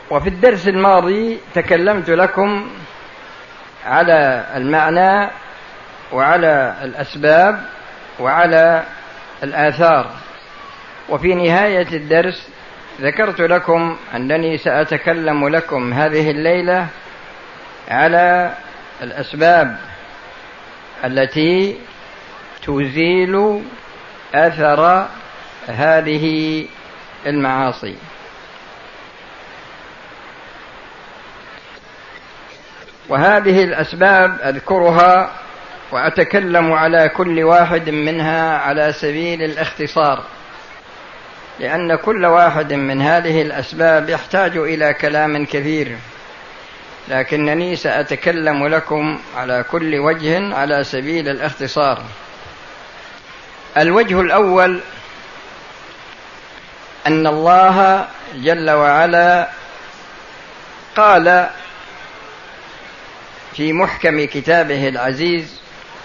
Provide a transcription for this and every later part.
وفي الدرس الماضي تكلمت لكم على المعنى وعلى الأسباب وعلى الآثار، وفي نهاية الدرس ذكرت لكم أنني سأتكلم لكم هذه الليلة على الأسباب التي تزيل أثر هذه المعاصي. وهذه الأسباب أذكرها وأتكلم على كل واحد منها على سبيل الاختصار، لأن كل واحد من هذه الأسباب يحتاج إلى كلام كثير، لكنني سأتكلم لكم على كل وجه على سبيل الاختصار. الوجه الأول أن الله جل وعلا قال في محكم كتابه العزيز: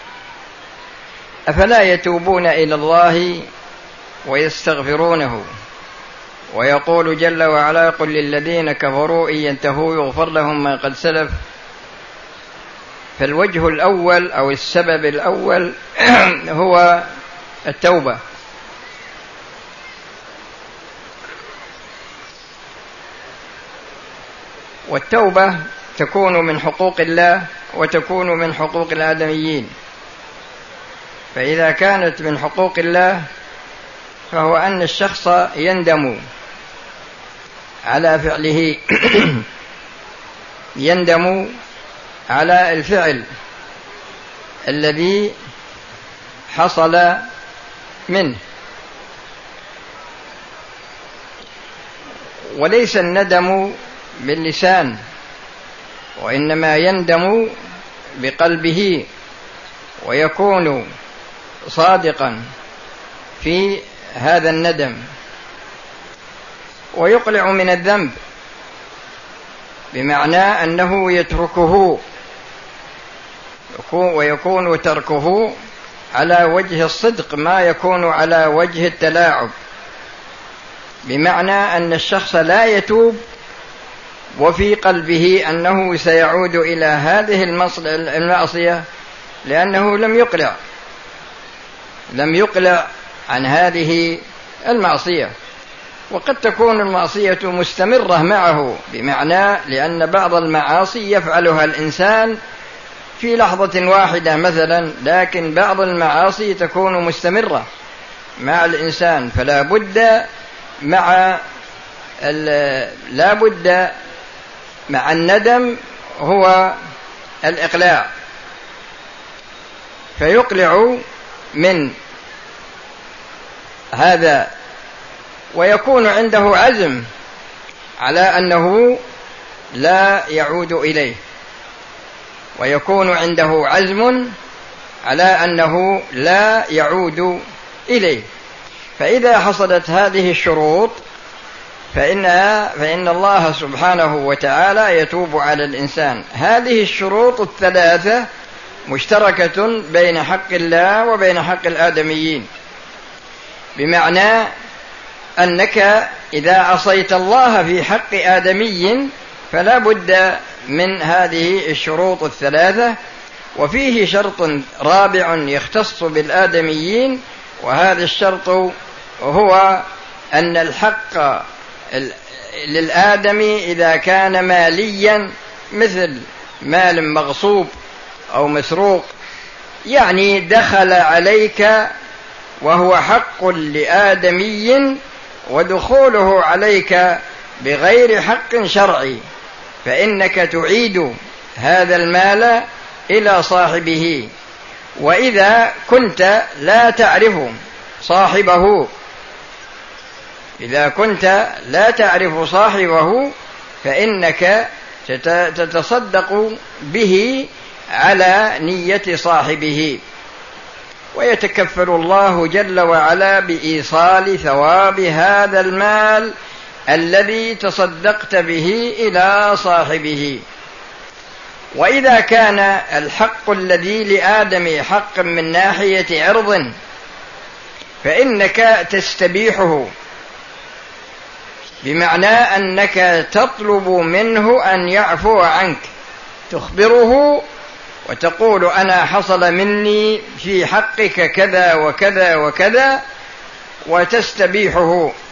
أفلا يتوبون إلى الله ويستغفرونه، ويقول جل وعلا: قل للذين كفروا إن ينتهوا يغفر لهم ما قد سلف. فالوجه الأول أو السبب الأول هو التوبة. والتوبة تكون من حقوق الله وتكون من حقوق الآدميين. فإذا كانت من حقوق الله فهو أن الشخص يندم على فعله يندم على الفعل الذي حصل منه، وليس الندم باللسان، وإنما يندم بقلبه ويكون صادقا في هذا الندم ويقلع من الذنب، بمعنى أنه يتركه، ويكون تركه على وجه الصدق ما يكون على وجه التلاعب، بمعنى أن الشخص لا يتوب وفي قلبه أنه سيعود إلى هذه المعصية، لأنه لم يقلع عن هذه المعصية. وقد تكون المعصية مستمرة معه، بمعنى لأن بعض المعاصي يفعلها الإنسان في لحظة واحدة مثلا، لكن بعض المعاصي تكون مستمرة مع الإنسان، فلا بد مع الندم هو الإقلاع، فيقلع من هذا ويكون عنده عزم على أنه لا يعود إليه، ويكون عنده عزم على أنه لا يعود إليه. فإذا حصلت هذه الشروط فإن الله سبحانه وتعالى يتوب على الإنسان. هذه الشروط الثلاثة مشتركة بين حق الله وبين حق الآدميين، بمعنى أنك إذا عصيت الله في حق آدمي فلا بد من هذه الشروط الثلاثة. وفيه شرط رابع يختص بالآدميين، وهذا الشرط هو أن الحق للآدمي إذا كان ماليا، مثل مال مغصوب أو مسروق، يعني دخل عليك وهو حق لآدمي ودخوله عليك بغير حق شرعي، فإنك تعيد هذا المال إلى صاحبه. وإذا كنت لا تعرف صاحبه فإنك تتصدق به على نية صاحبه، ويتكفل الله جل وعلا بإيصال ثواب هذا المال الذي تصدقت به إلى صاحبه. وإذا كان الحق الذي لآدم حق من ناحية عرض فإنك تستبيحه بمعنى أنك تطلب منه أن يعفو عنك، تخبره وتقول أنا حصل مني في حقك كذا وكذا وكذا، وتستبيحه.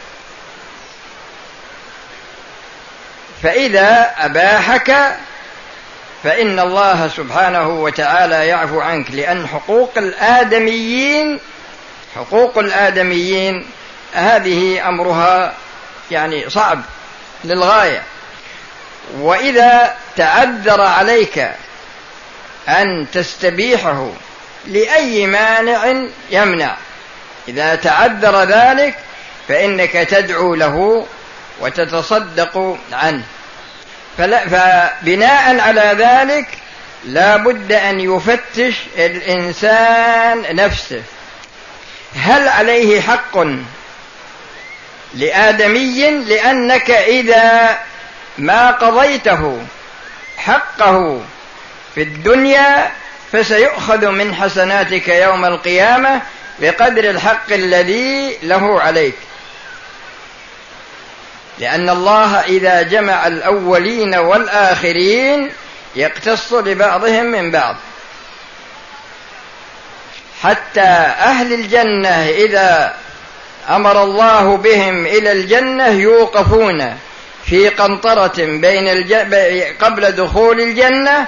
فإذا أباحك فإن الله سبحانه وتعالى يعفو عنك، لأن حقوق الآدميين هذه أمرها يعني صعب للغاية. وإذا تعذر عليك أن تستبيحه لأي مانع يمنع، إذا تعذر ذلك فإنك تدعو له وتتصدق عنه. فبناء على ذلك لا بد أن يفتش الإنسان نفسه، هل عليه حق لآدمي؟ لأنك إذا ما قضيته حقه في الدنيا فسيؤخذ من حسناتك يوم القيامة بقدر الحق الذي له عليك، لأن الله إذا جمع الأولين والآخرين يقتص لبعضهم من بعض. حتى أهل الجنة إذا أمر الله بهم إلى الجنة يوقفون في قنطرة قبل دخول الجنة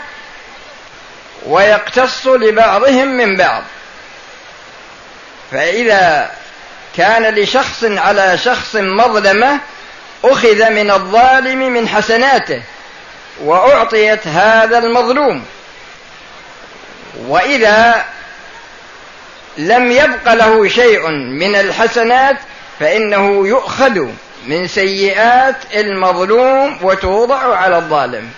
ويقتص لبعضهم من بعض. فإذا كان لشخص على شخص مظلمة أخذ من الظالم من حسناته وأعطيت هذا المظلوم، وإذا لم يبق له شيء من الحسنات فإنه يؤخذ من سيئات المظلوم وتوضع على الظالم.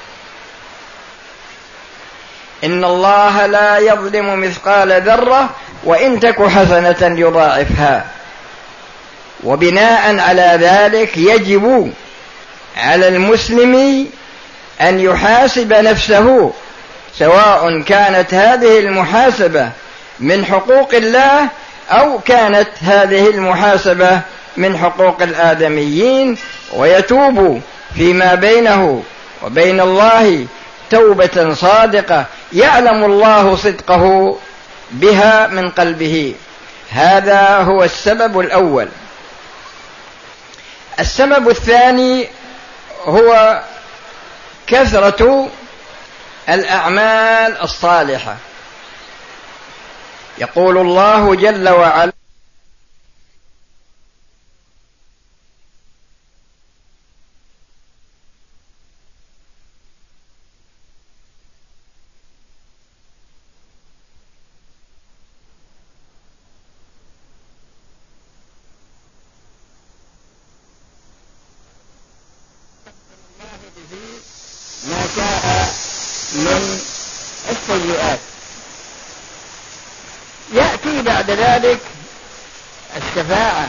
إن الله لا يظلم مثقال ذرة وإن تك حسنة يضاعفها. وبناء على ذلك يجب على المسلم أن يحاسب نفسه، سواء كانت هذه المحاسبة من حقوق الله أو كانت هذه المحاسبة من حقوق الآدميين، ويتوب فيما بينه وبين الله توبة صادقة يعلم الله صدقه بها من قلبه. هذا هو السبب الأول. السبب الثاني هو كثرة الأعمال الصالحة. يقول الله جل وعلا: ما شاء من السيئات. يأتي بعد ذلك الشفاعة،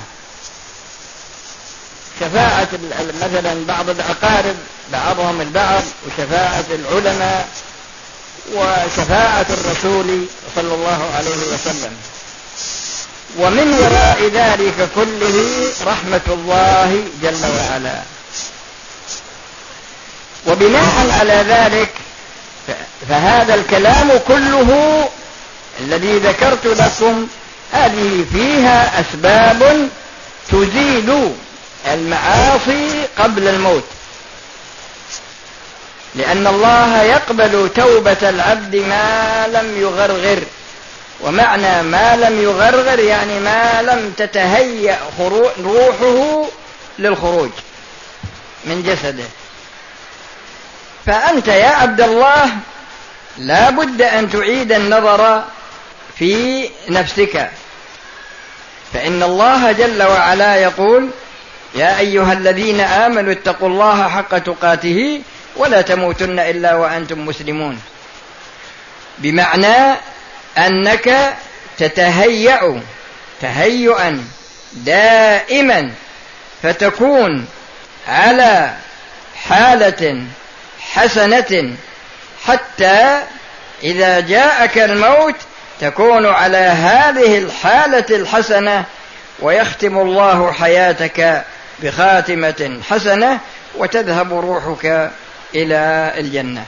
شفاعة مثلا بعض الأقارب بعضهم البعض، وشفاعة العلماء، وشفاعة الرسول صلى الله عليه وسلم. ومن وراء ذلك كله رحمة الله جل وعلا. وبناء على ذلك فهذا الكلام كله الذي ذكرت لكم هذه فيها أسباب تزيل المعاصي قبل الموت، لأن الله يقبل توبة العبد ما لم يغرغر. ومعنى ما لم يغرغر يعني ما لم تتهيأ روحه للخروج من جسده. فأنت يا عبد الله لا بد أن تعيد النظر في نفسك، فإن الله جل وعلا يقول: يا أيها الذين آمنوا اتقوا الله حق تقاته ولا تموتن إلا وأنتم مسلمون. بمعنى أنك تتهيأ تهيئا دائما، فتكون على حالة حسنة حتى إذا جاءك الموت تكون على هذه الحالة الحسنة، ويختم الله حياتك بخاتمة حسنة وتذهب روحك إلى الجنة.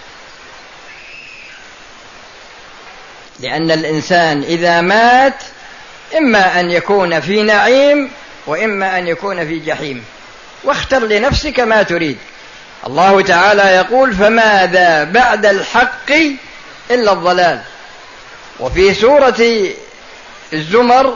لأن الإنسان إذا مات إما أن يكون في نعيم وإما أن يكون في جحيم، واختر لنفسك ما تريد. الله تعالى يقول: فماذا بعد الحق إلا الضلال. وفي سورة الزمر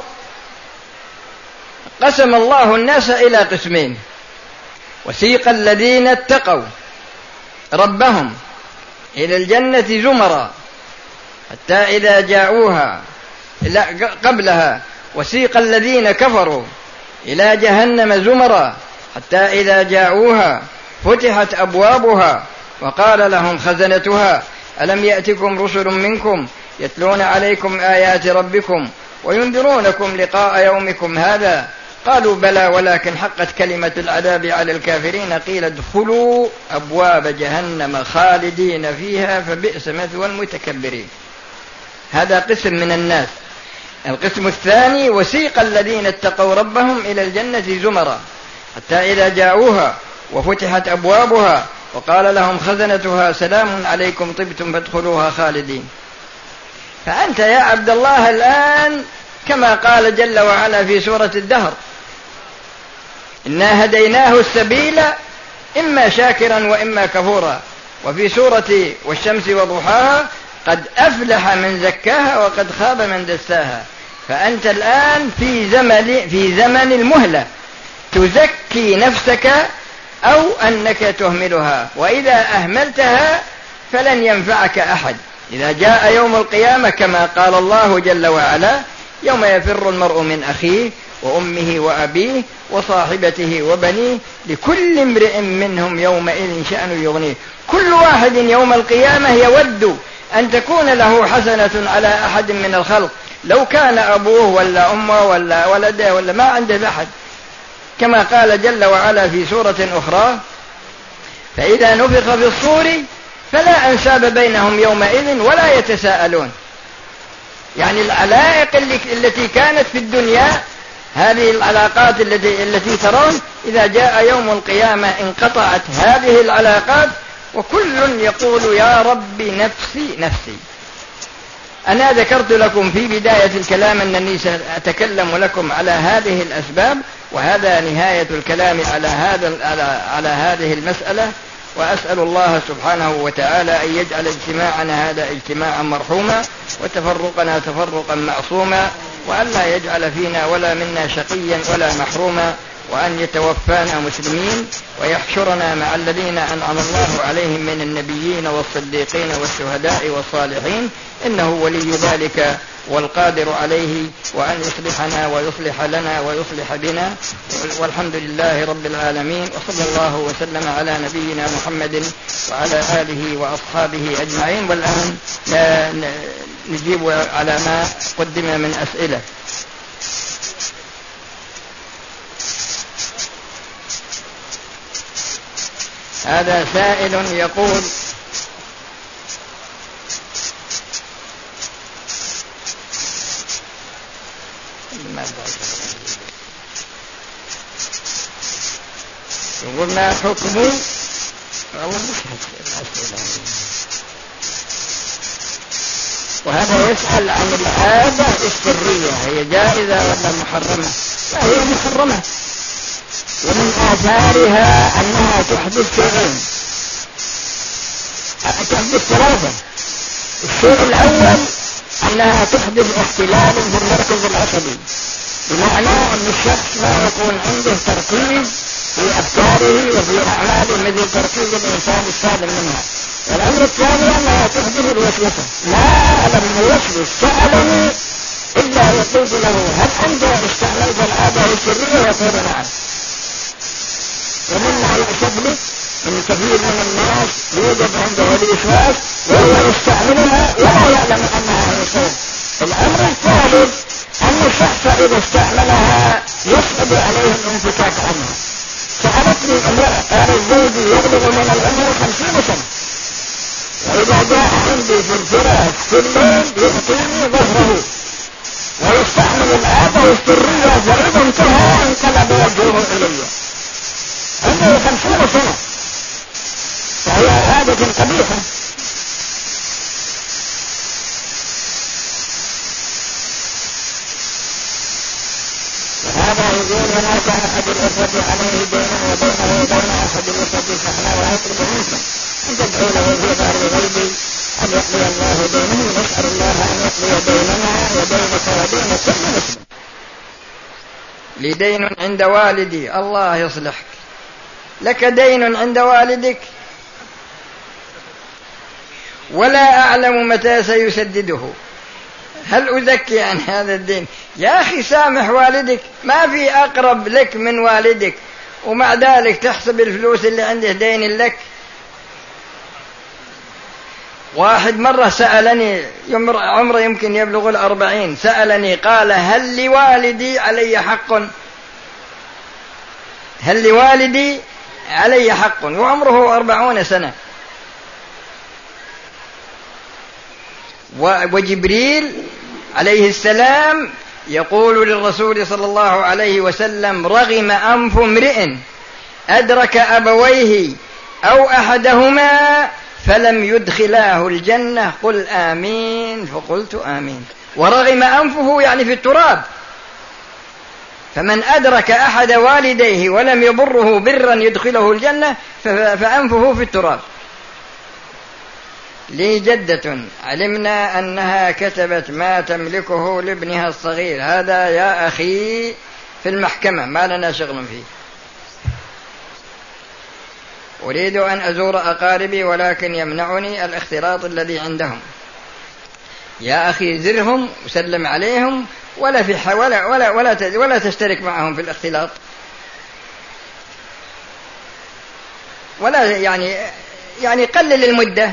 قسم الله الناس إلى قسمين: وسيق الذين اتقوا ربهم إلى الجنة زمرا حتى إذا جاءوها، لا قبلها، وسيق الذين كفروا إلى جهنم زمرا حتى إذا جاءوها فتحت أبوابها وقال لهم خزنتها ألم يأتكم رسل منكم يتلون عليكم آيات ربكم وينذرونكم لقاء يومكم هذا؟ قالوا بلى ولكن حقت كلمة العذاب على الكافرين قيل ادخلوا أبواب جهنم خالدين فيها فبئس مثوى المتكبرين. هذا قسم من الناس. القسم الثاني: وسيق الذين اتقوا ربهم إلى الجنة زمرا حتى إذا جاءوها وفتحت أبوابها وقال لهم خزنتها سلام عليكم طبتم فادخلوها خالدين. فأنت يا عبد الله الآن كما قال جل وعلا في سورة الدهر: إنا هديناه السبيل إما شاكرا وإما كفورا. وفي سورة والشمس وضحاها: قد أفلح من زكاها وقد خاب من دساها. فأنت الآن في زمن المهلة، تزكي نفسك أو أنك تهملها، وإذا أهملتها فلن ينفعك أحد. إذا جاء يوم القيامة كما قال الله جل وعلا: يوم يفر المرء من أخيه وأمه وأبيه وصاحبته وبنيه لكل امرئ منهم يومئذ شأن يغنيه. كل واحد يوم القيامة يود أن تكون له حسنة على أحد من الخلق، لو كان أبوه ولا أمه ولا ولده ولا ما عنده أحد، كما قال جل وعلا في سورة أخرى: فإذا نفخ في الصور فلا أنساب بينهم يومئذ ولا يتساءلون. يعني العلائق التي كانت في الدنيا، هذه العلاقات التي ترون، إذا جاء يوم القيامة انقطعت هذه العلاقات وكل يقول يا رب نفسي نفسي. أنا ذكرت لكم في بداية الكلام أنني سأتكلم لكم على هذه الأسباب، وهذا نهاية الكلام على هذه المسألة. وأسأل الله سبحانه وتعالى أن يجعل اجتماعنا هذا اجتماعا مرحوما وتفرقنا تفرقا معصوما، وأن لا يجعل فينا ولا منا شقيا ولا محروما، وأن يتوفانا مسلمين ويحشرنا مع الذين أنعم الله عليهم من النبيين والصديقين والشهداء والصالحين، إنه ولي ذلك والقادر عليه، وأن يصلحنا ويصلح لنا ويصلح بنا. والحمد لله رب العالمين، وصلى الله وسلم على نبينا محمد وعلى آله وأصحابه أجمعين. والآن نجيب على ما قدم من أسئلة. هذا سائل يقول: قلنا حكم، وهذا يسأل عن العادة السرية، هي جائزة ولا محرمة؟ فهي محرمة، ومن آثارها أنها تحدث شيئين، تحدث ثلاثة. الشيء الأول أنها تحدث اختلال في المركز العصبي، بمعنى أن الشخص ما يكون عنده تركيز في أفكاره وفي أعماله مثل تركيز الإنسان السالم منها. والأمر الثاني أنها تحدث الوسوسة. ما لم يوسوس سألني إلا يقول له: هل أنت استعملت العادة السرية؟ يقول: نعم. ومما يحسب لي أن كثير من الناس يوجد عنده الوسواس وهو يستعملها ولا يعلم أنها وسواس. الأمر الثالث أن الشخص إذا استعملها يصعب عليه الانفكاك عنها. سألتني امرأة قالت: زوجي يبلغ من العمر 50 سنة، وإذا جاء عندي في الفراش في الليل يعطيني ظهره ويستعمل العادة السرية، فإذا انتهى انقلب وجهه إلي. عمره 50 سنة، فهي عادة قبيحة. وهذا يقول هناك أحد الأسرة عليه دين وبينه وبين أحد الأسرة فاحنا ويطلب منكم أن تدعوا له في ظهر غيبي أن يقضي الله دينه. نسأل الله أن يقضي بيننا وبينك وبين كل مسلم. لي دين عند والدي، الله يصلحك، لك دين عند والدك ولا أعلم متى سيسدده، هل أزكي عن هذا الدين؟ يا أخي سامح والدك، ما في أقرب لك من والدك، ومع ذلك تحسب الفلوس اللي عنده دين لك. واحد مرة سألني عمره يمكن يبلغ 40، سألني قال هل لوالدي علي حق؟ هل لوالدي علي حق وعمره 40 سنة. وجبريل عليه السلام يقول للرسول صلى الله عليه وسلم رغم أنف امرئ أدرك أبويه أو أحدهما فلم يدخلاه الجنة قل آمين، فقلت آمين. ورغم أنفه يعني في التراب، فمن أدرك أحد والديه ولم يبره برا يدخله الجنة فأنفه في التراب. لي جدة علمنا أنها كتبت ما تملكه لابنها الصغير، هذا يا أخي في المحكمة ما لنا شغل فيه. أريد أن أزور أقاربي ولكن يمنعني الاختلاط الذي عندهم. يا أخي زرهم وسلم عليهم ولا تشترك معهم في الاختلاط، ولا يعني قلل المدة.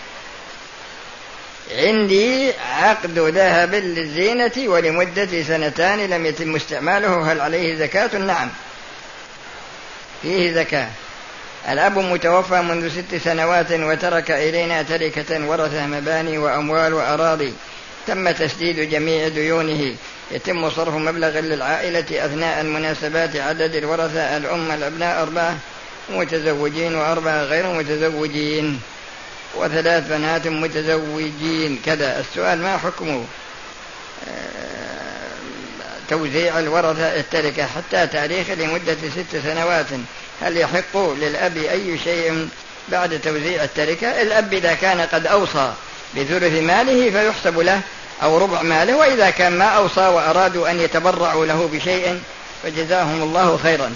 عندي عقد ذهب للزينة ولمدة 2 لم يتم استعماله، هل عليه زكاة؟ نعم فيه زكاة. الأب متوفى منذ 6 سنوات وترك إلينا تركة ورثة مباني وأموال وأراضي، تم تسديد جميع ديونه، يتم صرف مبلغ للعائلة أثناء المناسبات. عدد الورثة الأم الأبناء 4 متزوجين و4 غير متزوجين و3 بنات متزوجين كذا. السؤال ما حكمه توزيع الورثة التركة حتى تاريخ لمدة 6 سنوات؟ هل يحق للأب أي شيء بعد توزيع التركة؟ الأب إذا كان قد أوصى بثلث ماله فيحسب له أو ربع ماله، وإذا كان ما أوصى وأرادوا أن يتبرعوا له بشيء فجزاهم الله خيرا.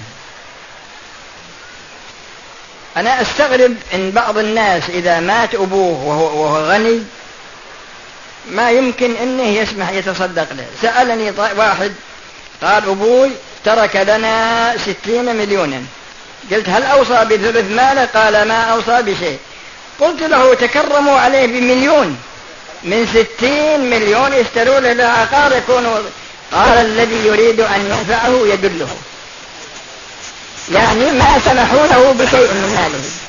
أنا أستغرب إن بعض الناس إذا مات أبوه وهو غني ما يمكن أنه يسمح يتصدق له. سألني واحد قال أبوي ترك لنا 60 مليونا، قلت هل أوصى بثلث ماله؟ قال ما أوصى بشيء. قلت له تكرموا عليه ب1,000,000 من 60 مليون يشتروا له عقار يكون. قال الذي يريد أن ينفعه يدله، يعني ما سمحوا له بشيء من ماله.